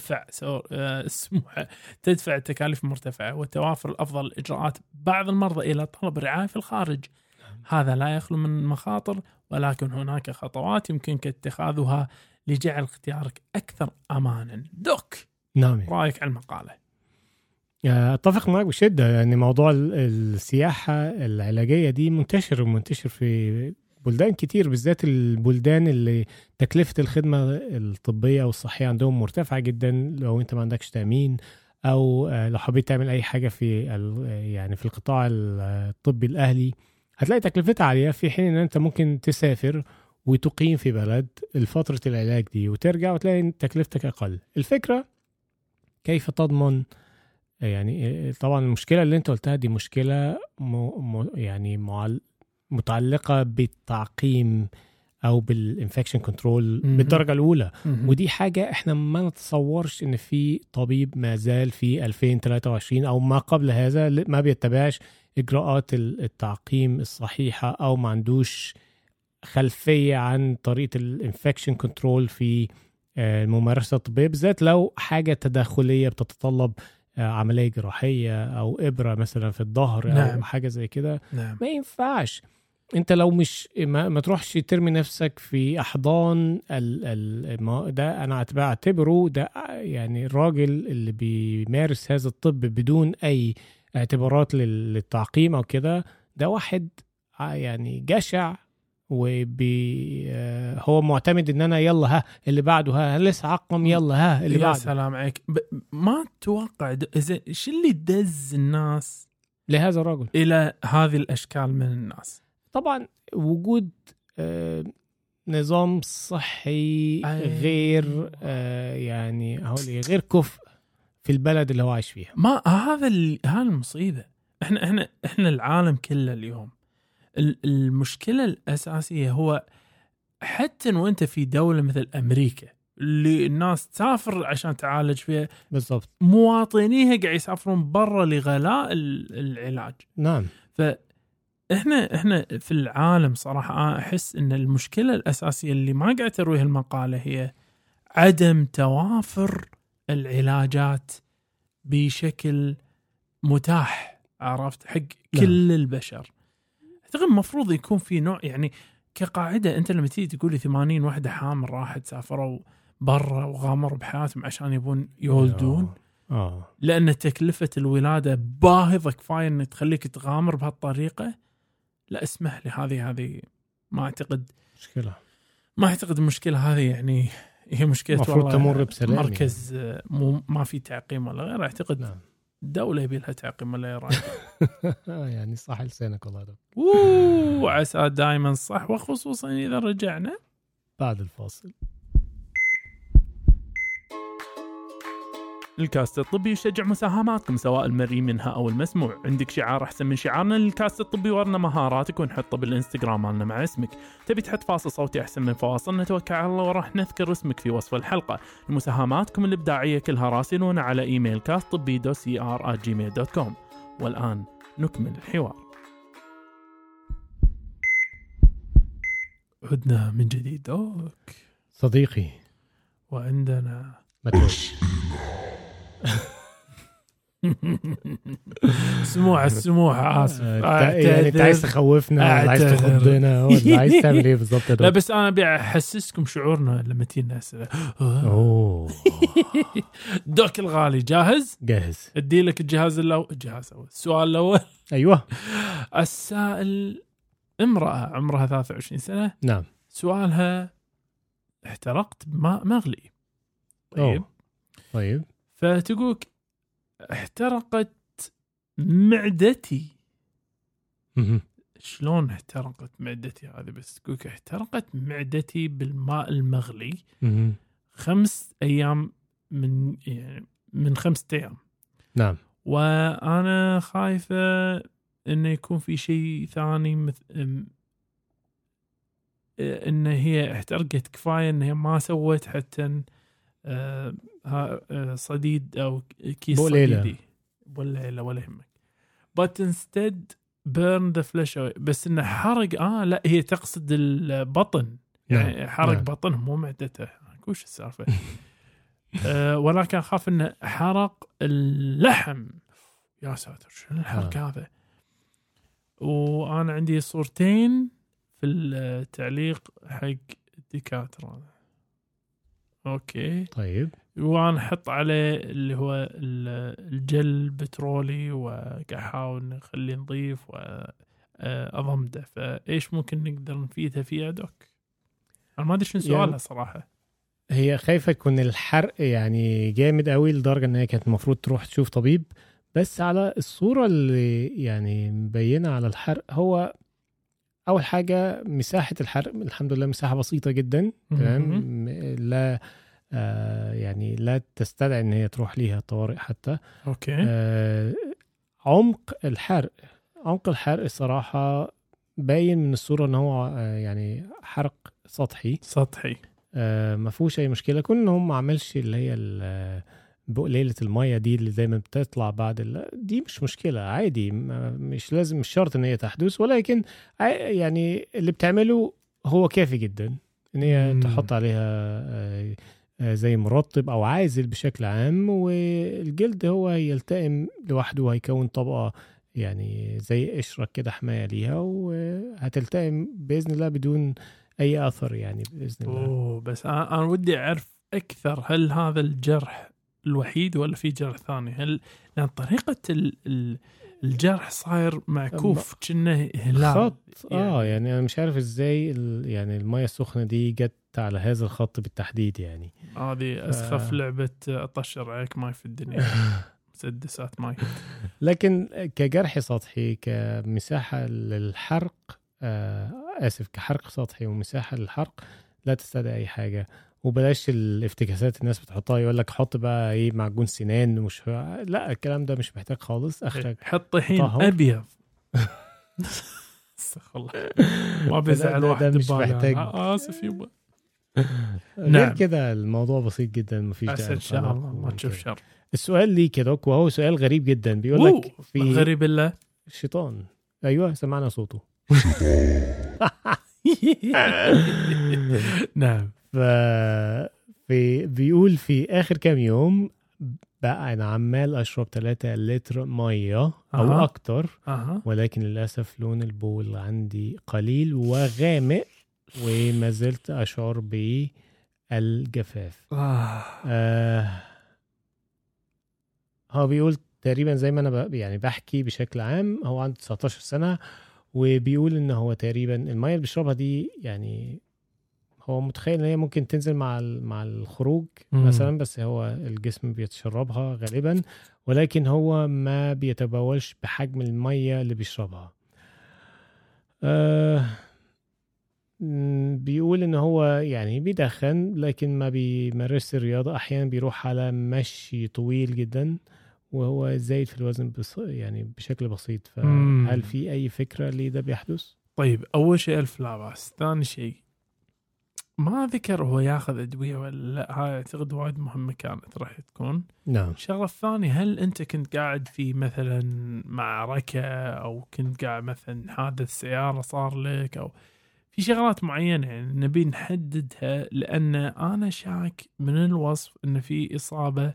تدفع التكاليف المرتفعة والتوافر الأفضل الإجراءات بعض المرضى إلى طلب رعاية في الخارج. هذا لا يخلو من مخاطر، ولكن هناك خطوات يمكنك اتخاذها لجعل اختيارك أكثر أمانا. دوك، نعم، رأيك على المقالة؟ اتفق معك بشده. يعني موضوع السياحه العلاجيه دي منتشر في بلدان كتير، بالذات البلدان اللي تكلفه الخدمه الطبيه والصحيه عندهم مرتفعه جدا. لو انت ما عندكش تامين او لو حبيت تعمل اي حاجه في يعني في القطاع الطبي الاهلي هتلاقي تكلفتها عاليه، في حين ان انت ممكن تسافر وتقيم في بلد لفتره العلاج دي وترجع وتلاقي تكلفتك اقل. الفكره كيف تضمن، يعني طبعا المشكلة اللي انت قلتها دي مشكلة يعني متعلقة بالتعقيم او بالانفكشن كنترول بالدرجة الاولى. ودي حاجة احنا ما نتصورش ان في طبيب ما زال في 2023 او ما قبل هذا ما بيتبعش اجراءات التعقيم الصحيحة او ما عندوش خلفية عن طريقة الانفكشن كنترول في الممارسة الطبية، بالذات لو حاجة تداخلية بتتطلب عملية جراحية أو إبرة مثلا في الظهر. نعم. أو حاجة زي كده. نعم. ما ينفعش أنت لو مش ما تروحش ترمي نفسك في أحضان ده. أنا أعتبره ده يعني الراجل اللي بيمارس هذا الطب بدون أي اعتبارات للتعقيم أو كده، ده واحد يعني جشع، هو معتمد ان انا يلا اللي بعده لسه عقم يلا اللي بعده. سلام عليك. ما تتوقع ايش اللي دز الناس لهذا الرجل الى هذه الاشكال من الناس؟ طبعا وجود نظام صحي غير يعني غير كفء في البلد اللي هو عايش فيها. ما هذا المصيبة. احنا العالم كله اليوم المشكلة الأساسية هو حتى وانت في دولة مثل أمريكا اللي الناس تسافر عشان تعالج فيها، بالضبط مواطنيها قاعد يسافرون برا لغلاء العلاج. نعم. فإحنا في العالم صراحة أحس إن المشكلة الأساسية اللي ما قاعد ترويها المقالة هي عدم توافر العلاجات بشكل متاح، عرفت، حق كل البشر. أعتقد المفروض يكون في نوع، يعني كقاعدة أنت لما تيجي تقولي 80 وحدة حامل راحت سافروا برا وغامروا بحياتهم عشان يبون يولدون، لأن تكلفة الولادة باهظة كفاية أن تخليك تغامر بهالطريقة. لا اسمح لي، هذه ما أعتقد مشكلة. ما أعتقد المشكلة هذه يعني هي مشكلة المفروض تمر بسلام، مركز يعني. ما في تعقيم ولا غير. أعتقد نعم. الدولة يبي لها تعقيم ولا يراجع. يعني صح لسانك والله ده. وعسى دائما صح، وخصوصا إذا رجعنا بعد الفاصل. الكاست الطبي يشجع مساهماتكم سواء المرئي منها أو المسموع. عندك شعار أحسن من شعارنا للكاست الطبي؟ ورنا مهاراتك ونحطه بالإنستغرام مالنا مع اسمك. تبي تحط فاصل صوتي أحسن من فواصل؟ نتوكل على الله وراح نذكر اسمك في وصف الحلقة. مساهماتكم الإبداعية كلها راسلونا على إيميل castطبي.cr@gmail.com. والآن نكمل الحوار. عدنا من جديد دوك صديقي، وعندنا سموحة آسف. يعني انت عايز تخوفنا ولا عايز تخضنا ولا عايز تعمل ايه بالضبط؟ لا بس انا بحسسكم شعورنا لما تيجي اسئله. دوك الغالي جاهز؟ جاهز. ادي لك السؤال الاول. ايوه. السائل امرأة عمرها 23 سنة. نعم. سؤالها: احترقت بماء مغلي. طيب. فتقولك احترقت معدتي مهم. شلون احترقت معدتي هذه؟ بس تقولك احترقت معدتي بالماء المغلي مهم. 5 أيام من 5 أيام. نعم. وأنا خايفة إنه يكون في شيء ثاني إن هي احترقت كفاية إن هي ما سوت حتى صديد أو كيس صديدي ولا يهمك. But instead burn the flesh away. بس إنه حرق لا هي تقصد البطن يعني حرق بطنه مو معدته. وش السالفة؟ ولكن أخاف إنه حرق اللحم. يا ساتر شو الحرق هذا؟ وأنا عندي صورتين في التعليق حق الدكاترة. أوكي طيب. وأنا أحط عليه اللي هو الجل بترولي وأحاول نخليه نظيف وأضمده. فإيش ممكن نقدر نفيدها فيها دوك؟ أنا ما أدري شنو سؤالها صراحة. هي خايفة يكون الحرق يعني جامد قوي لدرجة ان هي كانت المفروض تروح تشوف طبيب. بس على الصورة اللي يعني مبينة على الحرق، هو اول حاجة مساحة الحرق الحمد لله مساحة بسيطة جدا. تمام. لا يعني لا تستدعي ان هي تروح ليها طوارئ حتى. اوكي. عمق الحرق الصراحة باين من الصورة ان هو يعني حرق سطحي ما فيهوش اي مشكله. كون ان هم ما عملش اللي هي بقليله الميه دي اللي دايما بتطلع بعد دي مش مشكله عادي، مش لازم مش شرط ان هي تحدث، ولكن يعني اللي بتعمله هو كافي جدا ان هي تحط عليها زي مرطب او عازل بشكل عام، والجلد هو يلتئم لوحده وهيكون طبقه يعني زي قشره كده حمايه ليها، وهتلتئم باذن الله بدون اي اثر يعني باذن الله. بس انا ودي اعرف اكثر، هل هذا الجرح الوحيد ولا في جرح ثاني؟ هل لان طريقه الجرح صاير معكوف كأنه هلال خط يعني انا مش عارف ازاي يعني الميه السخنه دي جت على هذا الخط بالتحديد يعني. هذه اسخف لعبه اطشر عليك ماي في الدنيا. مسدسات ماي. لكن كجرح سطحي كمساحه للحرق كحرق سطحي ومساحة للحرق لا تستدعي أي حاجة. وبلاش الافتكاسات الناس بتحطها يقول لك حط بقى ايه معجون سنان ومش لا الكلام ده مش محتاج خالص. اخرك حط طحين ابيض. الله ما بيزعل واحد مش محتاج. اسف يبا. غير كده الموضوع بسيط جدا مفيش داعي ان شاء الله ما تشوف شر. السؤال لي كده وهو سؤال غريب جدا بيقول لك في غريب الله الشيطان. ايوه سمعنا صوته. نعم. بيقول في آخر كام يوم بقى أنا عمال أشرب 3 لتر مية أو أكتر. ولكن للأسف لون البول عندي قليل وغامق وما زلت أشعر بالجفاف. هو بيقول تقريبا زي ما أنا يعني بحكي بشكل عام. هو عنده 19 سنة وبيقول ان هو تقريبا الميه اللي بيشربها دي يعني هو متخيل ان هي ممكن تنزل مع الخروج مثلا، بس هو الجسم بيتشربها غالبا، ولكن هو ما بيتبولش بحجم الميه اللي بيشربها. بيقول ان هو يعني بيدخن لكن ما بيمارس الرياضه. احيانا بيروح على مشي طويل جدا وهو زايد في الوزن يعني بشكل بسيط. فهل في أي فكرة اللي ده بيحدث؟ طيب أول شيء ألف لا بأس. ثاني شيء ما ذكر هو ياخذ أدوية ولا لا. هاي أعتقد وايد مهمة كانت راح تكون. نعم. الشغلة الثانية هل أنت كنت قاعد في مثلا معركة أو كنت قاعد مثلا حادث سيارة صار لك أو في شغلات معينة يعني نبي نحددها، لأن أنا شاك من الوصف أن في إصابة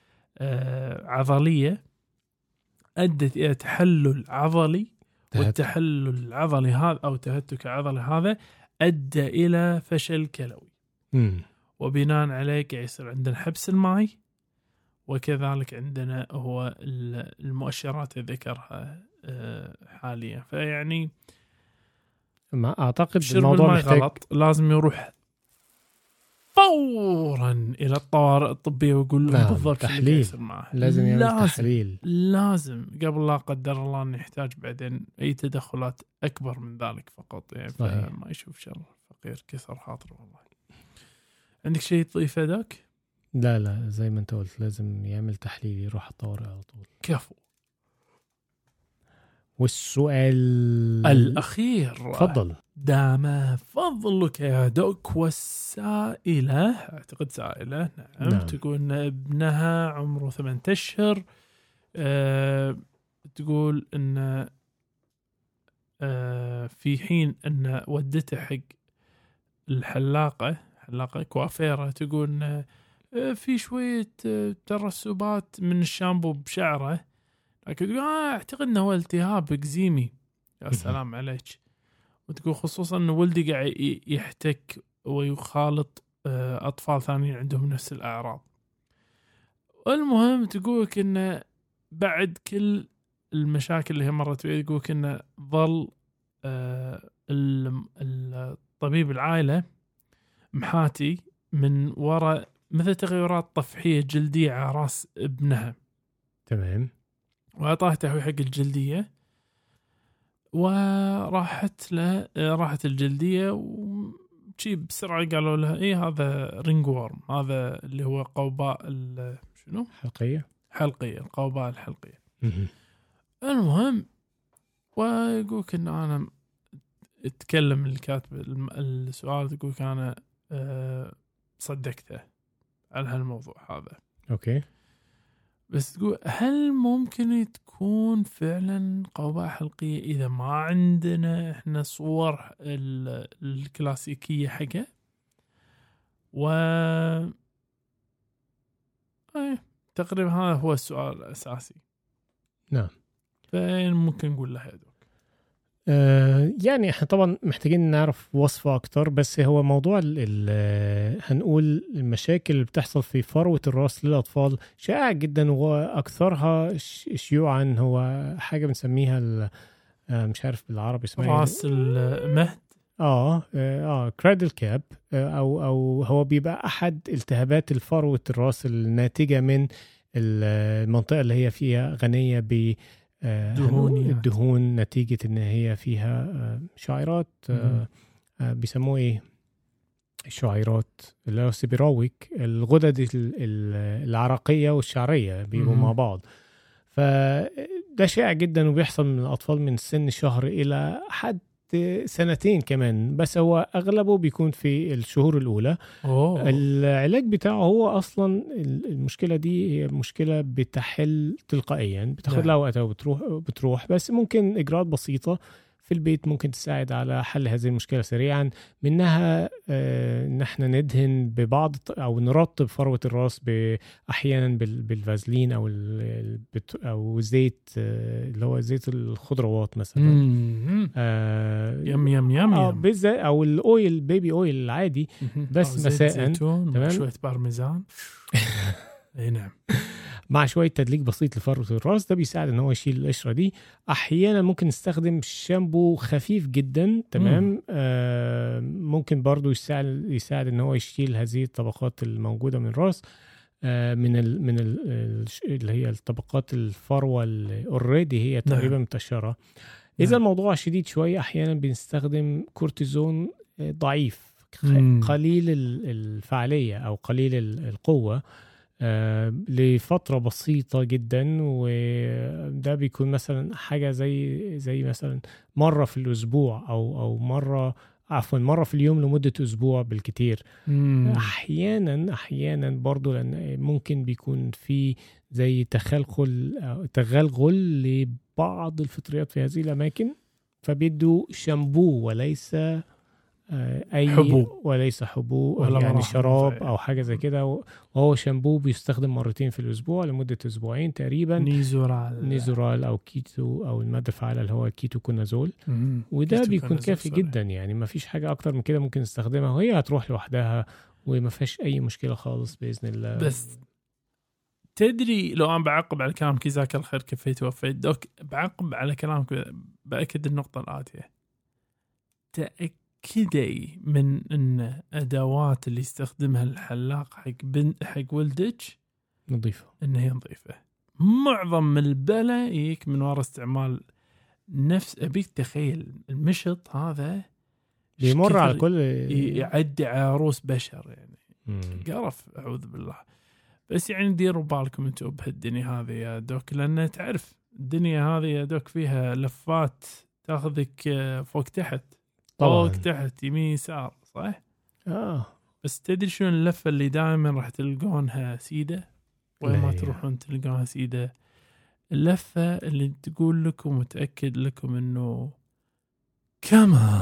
عضلية أدت إلى تحلل عضلي، والتحلل العضلي هذا أو تهتك عضلي هذا أدى إلى فشل كلوي. وبناء عليه يصير عندنا حبس الماء، وكذلك عندنا هو المؤشرات اللي ذكرها حاليا. فيعني ما أعتقد الموضوع محتاج غلط، لازم يروح فورا إلى الطوارئ الطبية ويقول لهم بالضبط شو اللي يصير معه. لازم يعمل تحليل، لازم قبل لا قدر الله أن يحتاج بعدين أي تدخلات أكبر من ذلك فقط يعني. فما يشوف شر فقير كسر خاطر. والله عندك شيء تضيفه دوك؟ لا زي ما انت قلت لازم يعمل تحليل، يروح الطوارئ على طول. كفو. والسؤال الأخير تفضل. دام فضلك يا دوك. والسائلة أعتقد سائلة نعم. تقول إن ابنها عمره 8 أشهر. تقول إن في حين أن ودته حق الحلاقة كوافيرة، تقول إن في شوية ترسبات من الشامبو بشعره، لكن تقول أعتقد إنه هو التهاب إكزيمي. يا سلام عليك. وتقول خصوصا إن ولدي قاعد يحتك ويخالط أطفال ثانيين عندهم نفس الأعراض. المهم تقولك إنه بعد كل المشاكل اللي هي مرت بيه، تقولك إنه ظل الطبيب العائلة محاتي من وراء مثل تغيرات طفحية جلدية على راس ابنها. تمام. وأعطاه تهوية حق الجلدية، وراحت الجلدية وشي بسرعة قالوا لها إيه هذا رينغورم، هذا اللي هو قوباء شنو؟ حلقية، القوباء الحلقية. المهم ويقولك إن أنا اتكلم الكاتب السؤال، تقولك أنا صدقته على هالموضوع هذا. أوكي. بس تقول هل ممكن تكون فعلا قوباء حلقية إذا ما عندنا إحنا صور الكلاسيكية حقه؟ تقريبا هذا هو السؤال الأساسي. نعم. فين ممكن نقول له هذا؟ يعني احنا طبعا محتاجين نعرف وصفة اكتر، بس هو موضوع هنقول المشاكل اللي بتحصل في فروة الراس للأطفال شائع جدا، واكثرها شيوعا هو حاجة بنسميها مش عارف بالعربي اسمها راس المهد. كرادل كاب، او هو بيبقى احد التهابات الفروة الراس الناتجة من المنطقة اللي هي فيها غنية ب الدهون نتيجة ان هي فيها شعيرات، بيسموه ايه الشعيرات اللي هو السبيراويك، الغدد العرقية والشعرية بيبقوا مع بعض. فده شائع جدا وبيحصل من الأطفال من سن شهر إلى حد 2 كمان، بس هو أغلبه بيكون في الشهور الأولى. العلاج بتاعه هو أصلا المشكلة دي هي مشكلة بتحل تلقائيا، بتاخد لها وقتها وبتروح، بس ممكن إجراءات بسيطة في البيت ممكن تساعد على حل هذه المشكلة سريعا. منها ان احنا ندهن ببعض او نرطب فروة الراس احيانا بالفازلين او زيت اللي هو زيت الخضروات مثلا، يم او الاويل بيبي اويل العادي بس مساء، تمام، شوية بارميزان نعم، مع شوية تدليك بسيط لفروة الراس، ده بيساعد ان هو يشيل القشرة دي. احيانا ممكن نستخدم شامبو خفيف جدا، تمام، ممكن برضو يساعد ان هو يشيل هذه الطبقات الموجودة من الراس، من اللي هي الطبقات الفروة اللي اوريدي هي تقريبا متشرة. اذا الموضوع شديد شوية احيانا بنستخدم كورتيزون ضعيف قليل الفعالية او قليل القوة لفترة بسيطة جدا، وده بيكون مثلا حاجة زي مثلا مرة في الأسبوع أو مرة في اليوم لمدة أسبوع بالكتير. أحيانا برضو لأن ممكن بيكون في زي تغلغل لبعض الفطريات في هذه الأماكن، فبيدوا شامبو وليس أي حبوب، وليس حبوب يعني شراب أو حاجة زي كده، وهو شامبو بيستخدم مرتين في الأسبوع لمدة 2 أسبوع تقريبا، نيزورال أو كيتو أو المادة الفعالة اللي هو الكيتوكونازول، وده بيكون كافي جدا يعني ما فيش حاجة أكتر من كده ممكن نستخدمها، وهي هتروح لوحدها وما فيش أي مشكلة خالص بإذن الله. بس تدري لو أنا بعقب على كلامك جزاك الله خير كفيت وفيت دوك، بعقب على كلامك بأكد النقطة الآتية، تأكد تأكدي من أن أدوات اللي يستخدمها الحلاق حق ولدك نظيفة، أنها هي نظيفة. معظم البلاء يجيك من وراء استعمال نفس. أبيك تخيل المشط هذا بيمر على كل يعدي عروس بشر يعني. قرف أعوذ بالله. بس يعني ديروا بالكم انتم بهالدنيا هذه يا دوك، لأن تعرف الدنيا هذه يا دوك فيها لفات تاخذك فوق تحت طبعاً. فوق تحت يمين يسار، صح؟ بس تدري شنو اللفة اللي دائما راح تلقونها سيدة وين ما تروحون تلقونها سيدة؟ اللفة اللي تقول لكم وتأكد لكم انه كما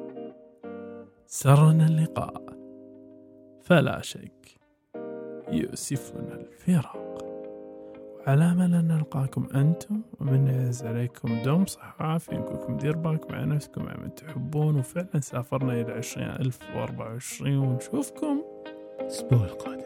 سرنا اللقاء فلا شك يؤسفنا الفراق، وعلى أمل أن نلقاكم أنتم ومن يعز عليكم دوم صحة وعافية. نقولكم دير بالكم على نفسكم على من تحبون، وفعلا سافرنا إلى 2024 ونشوفكم الأسبوع القادم.